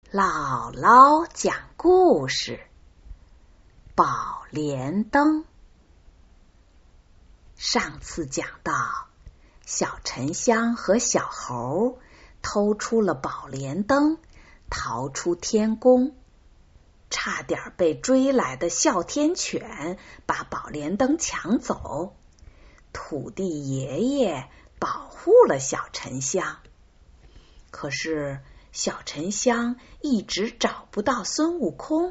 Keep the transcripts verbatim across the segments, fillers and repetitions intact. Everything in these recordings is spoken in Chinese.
姥姥讲故事。宝莲灯。上次讲到，小沉香和小猴偷出了宝莲灯，逃出天宫，差点被追来的哮天犬把宝莲灯抢走。土地爷爷保护了小沉香，可是小沉香一直找不到孙悟空。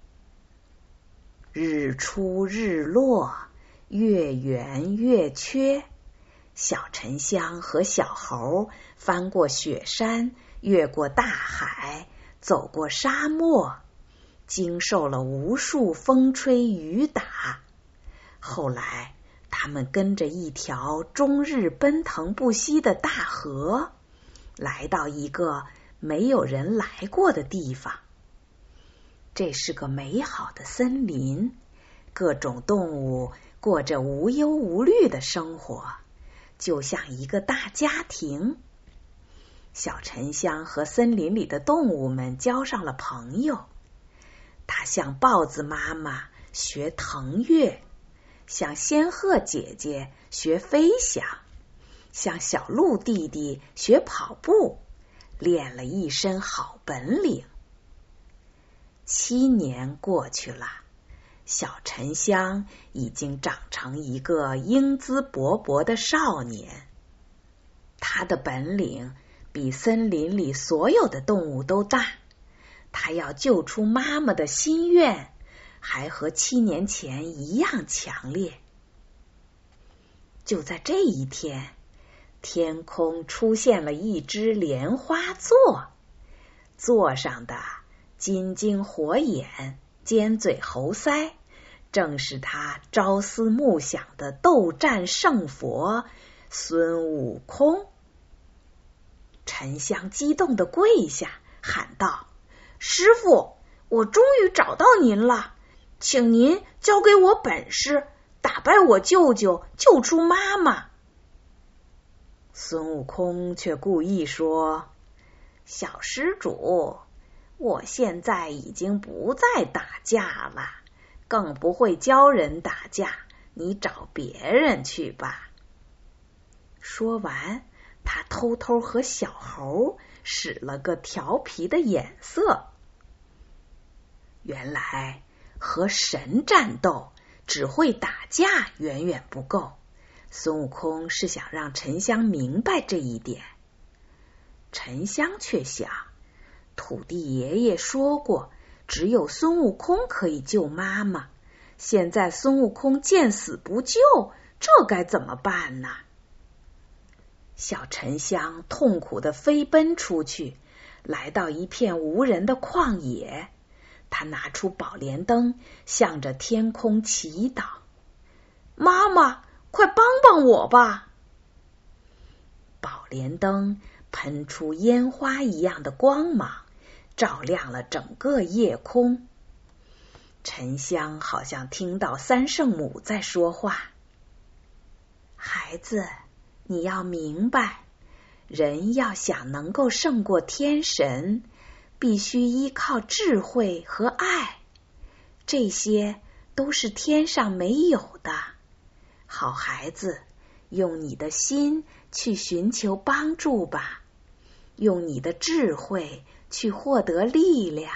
日出日落，月圆月缺，小沉香和小猴翻过雪山，越过大海，走过沙漠，经受了无数风吹雨打。后来他们跟着一条终日奔腾不息的大河，来到一个没有人来过的地方。这是个美好的森林，各种动物过着无忧无虑的生活，就像一个大家庭。小沉香和森林里的动物们交上了朋友，他向豹子妈妈学腾跃，向仙鹤姐姐学飞翔，向小鹿弟弟学跑步，练了一身好本领。七年过去了，小沉香已经长成一个英姿勃勃的少年。他的本领比森林里所有的动物都大，他要救出妈妈的心愿还和七年前一样强烈。就在这一天，天空出现了一只莲花座，座上的金睛火眼、尖嘴猴腮，正是他朝思暮想的斗战胜佛孙悟空。沉香激动地跪下，喊道：“师父，我终于找到您了，请您教给我本事，打败我舅舅，救出妈妈。”孙悟空却故意说：“小施主，我现在已经不再打架了，更不会教人打架，你找别人去吧。”说完，他偷偷和小猴使了个调皮的眼色。原来和神战斗只会打架远远不够，孙悟空是想让沉香明白这一点。沉香却想，土地爷爷说过，只有孙悟空可以救妈妈，现在孙悟空见死不救，这该怎么办呢？小沉香痛苦地飞奔出去，来到一片无人的旷野。他拿出宝莲灯，向着天空祈祷：“妈妈，快帮帮我吧！”宝莲灯喷出烟花一样的光芒，照亮了整个夜空。沉香好像听到三圣母在说话：“孩子，你要明白，人要想能够胜过天神，必须依靠智慧和爱，这些都是天上没有的。好孩子，用你的心去寻求帮助吧，用你的智慧去获得力量。”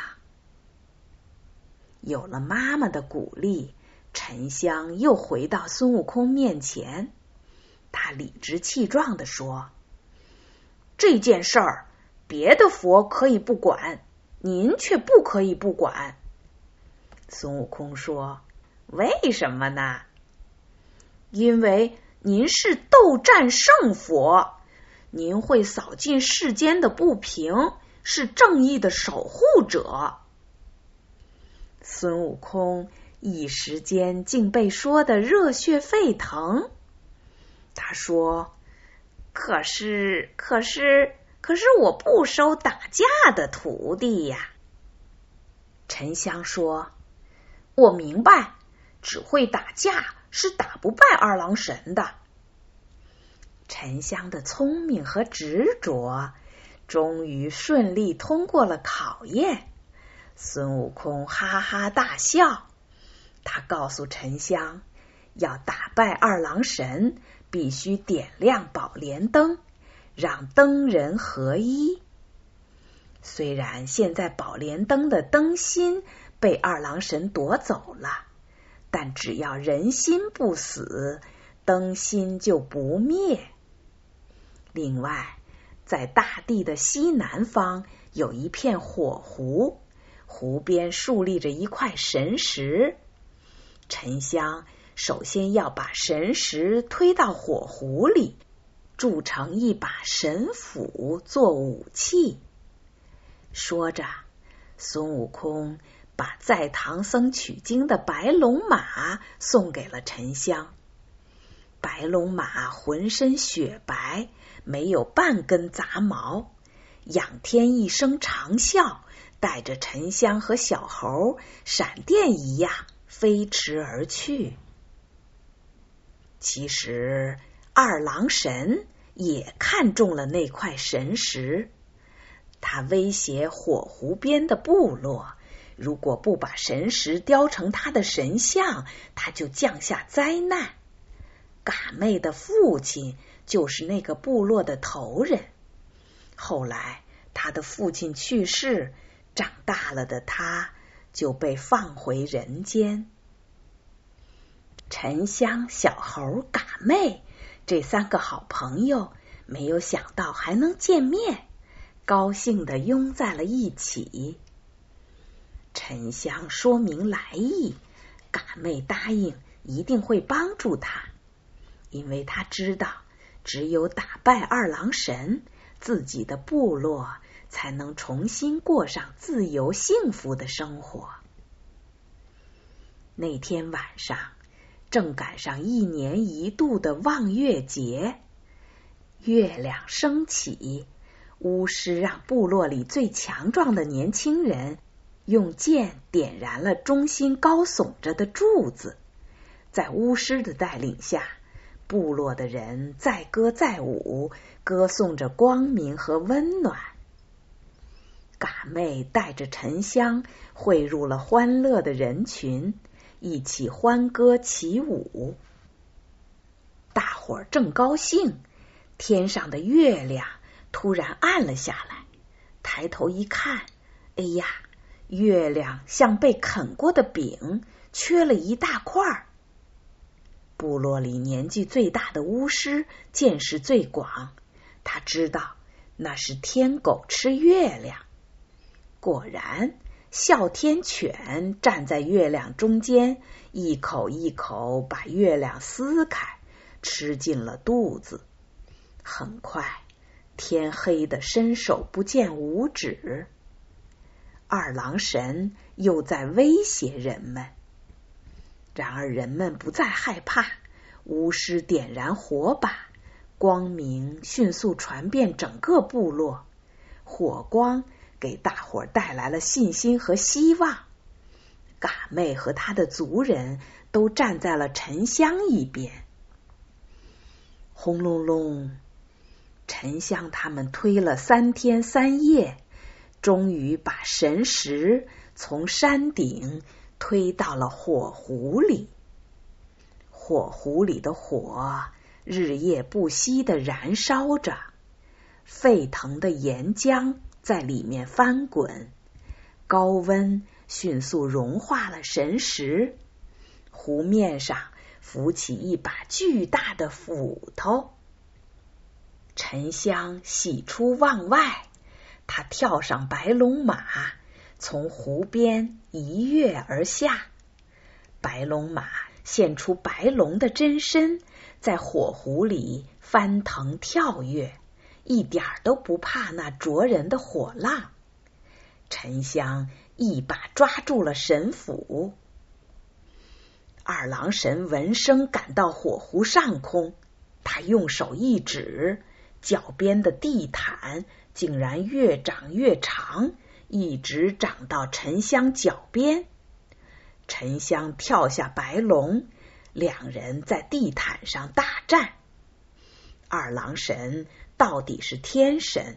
有了妈妈的鼓励，沉香又回到孙悟空面前。他理直气壮地说：“这件事儿，别的佛可以不管，您却不可以不管。”孙悟空说：“为什么呢？”“因为您是斗战胜佛，您会扫尽世间的不平，是正义的守护者。”孙悟空一时间竟被说得热血沸腾。他说：“可是，可是，可是我不收打架的徒弟呀。”沉香说：“我明白，只会打架是打不败二郎神的。”沉香的聪明和执着， 终于顺利通过了考验。孙悟空哈哈大笑，他告诉沉香，要打败二郎神，必须点亮宝莲灯，让灯人合一。虽然现在宝莲灯的灯芯被二郎神夺走了，但只要人心不死，灯芯就不灭。另外，在大地的西南方有一片火湖，湖边竖立着一块神石。沉香首先要把神石推到火湖里，铸成一把神斧做武器。说着，孙悟空把在唐僧取经的白龙马送给了沉香。白龙马浑身雪白，没有半根杂毛，仰天一声长啸，带着沉香和小猴闪电一样飞驰而去。其实二郎神也看中了那块神石，他威胁火湖边的部落，如果不把神石雕成他的神像，他就降下灾难。嘎妹的父亲就是那个部落的头人，后来他的父亲去世，长大了的他就被放回人间。沉香、小猴、嘎妹这三个好朋友没有想到还能见面，高兴地拥在了一起。沉香说明来意，嘎妹答应一定会帮助他，因为他知道只有打败二郎神，自己的部落才能重新过上自由幸福的生活。那天晚上正赶上一年一度的望月节，月亮升起，巫师让部落里最强壮的年轻人用剑点燃了中心高耸着的柱子，在巫师的带领下，部落的人载歌载舞，歌颂着光明和温暖。嘎妹带着沉香汇入了欢乐的人群，一起欢歌起舞。大伙儿正高兴，天上的月亮突然暗了下来，抬头一看，哎呀，月亮像被啃过的饼，缺了一大块。部落里年纪最大的巫师见识最广，他知道那是天狗吃月亮。果然，哮天犬站在月亮中间，一口一口把月亮撕开，吃进了肚子。很快，天黑得伸手不见五指。二郎神又在威胁人们。然而人们不再害怕，巫师点燃火把，光明迅速传遍整个部落。火光给大伙带来了信心和希望。嘎妹和他的族人都站在了沉香一边。轰隆隆，沉香他们推了三天三夜，终于把神石从山顶推到了火湖里。火湖里的火日夜不息地燃烧着，沸腾的岩浆在里面翻滚，高温迅速融化了神石，湖面上浮起一把巨大的斧头。沉香喜出望外，他跳上白龙马，从湖边一跃而下。白龙马现出白龙的真身，在火湖里翻腾跳跃，一点都不怕那灼人的火浪。沉香一把抓住了神斧。二郎神闻声赶到火湖上空，他用手一指，脚边的地毯竟然越长越长，一直长到沉香脚边。沉香跳下白龙，两人在地毯上大战。二郎神到底是天神，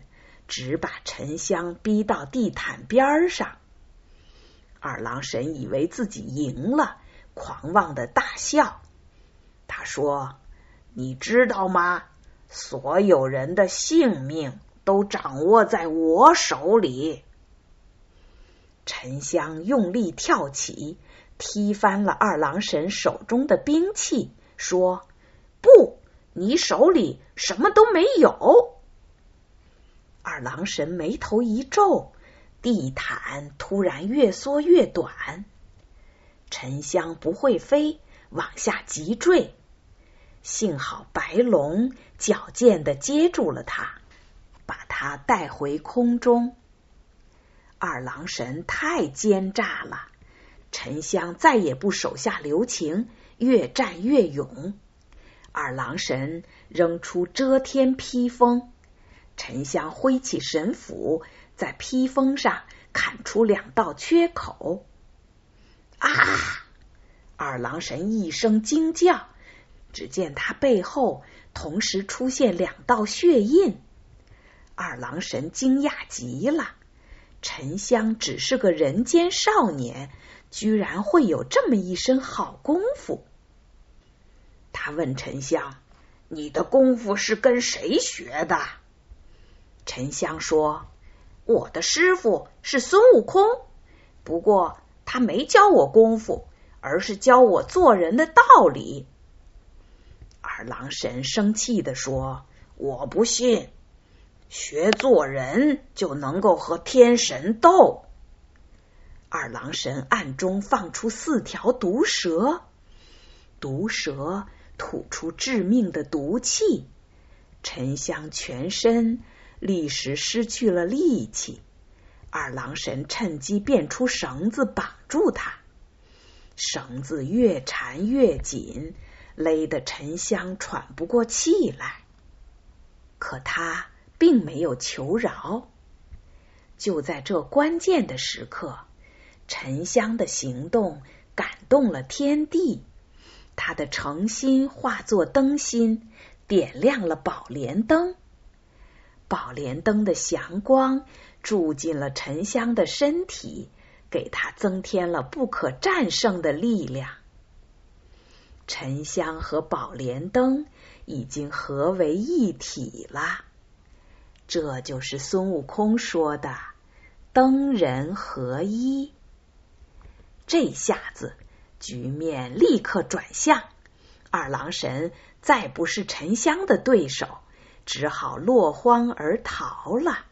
只把沉香逼到地毯边上。二郎神以为自己赢了，狂妄的大笑。他说：你知道吗？所有人的性命都掌握在我手里。沉香用力跳起，踢翻了二郎神手中的兵器，说：不，你手里什么都没有。二郎神眉头一皱，地毯突然越缩越短。沉香不会飞，往下急坠，幸好白龙矫健地接住了它，把它带回空中。二郎神太奸诈了，沉香再也不手下留情，越战越勇。二郎神扔出遮天披风，沉香挥起神斧，在披风上砍出两道缺口。啊！二郎神一声惊叫，只见他背后同时出现两道血印。二郎神惊讶极了，沉香只是个人间少年，居然会有这么一身好功夫。他问沉香：你的功夫是跟谁学的？沉香说：我的师傅是孙悟空，不过他没教我功夫，而是教我做人的道理。二郎神生气地说：我不信，学做人就能够和天神斗。二郎神暗中放出四条毒蛇，毒蛇吐出致命的毒气，沉香全身立时失去了力气。二郎神趁机变出绳子绑住他，绳子越缠越紧，勒得沉香喘不过气来。可他并没有求饶。就在这关键的时刻，沉香的行动感动了天地，他的诚心化作灯芯，点亮了宝莲灯。宝莲灯的祥光注进了沉香的身体，给他增添了不可战胜的力量。沉香和宝莲灯已经合为一体了，这就是孙悟空说的灯人合一。这下子局面立刻转向，二郎神再不是沉香的对手，只好落荒而逃了。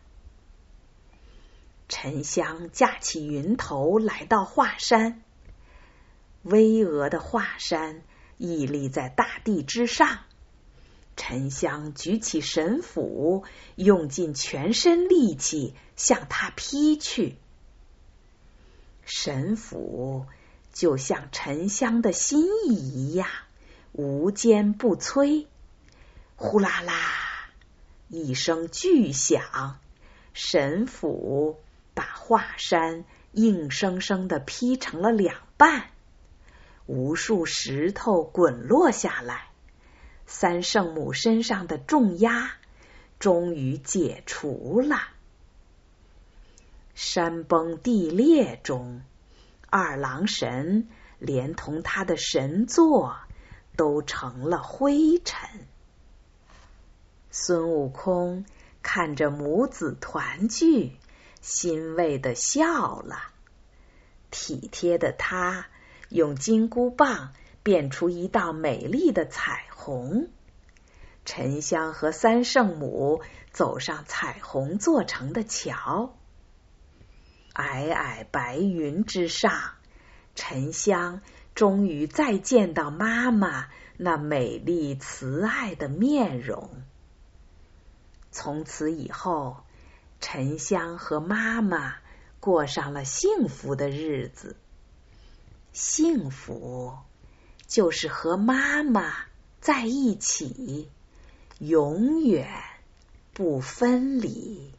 沉香驾起云头来到华山，巍峨的华山屹立在大地之上。沉香举起神斧，用尽全身力气向他劈去。神斧就像沉香的心意一样，无坚不摧。呼啦啦一声巨响，神斧把华山硬生生地劈成了两半，无数石头滚落下来，三圣母身上的重压终于解除了。山崩地裂中，二郎神连同他的神座都成了灰尘。孙悟空看着母子团聚，欣慰地笑了。体贴的他用金箍棒变出一道美丽的彩虹，沉香和三圣母走上彩虹做成的桥。皑皑白云之上，沉香终于再见到妈妈那美丽慈爱的面容。从此以后，沉香和妈妈过上了幸福的日子。幸福就是和妈妈在一起，永远不分离。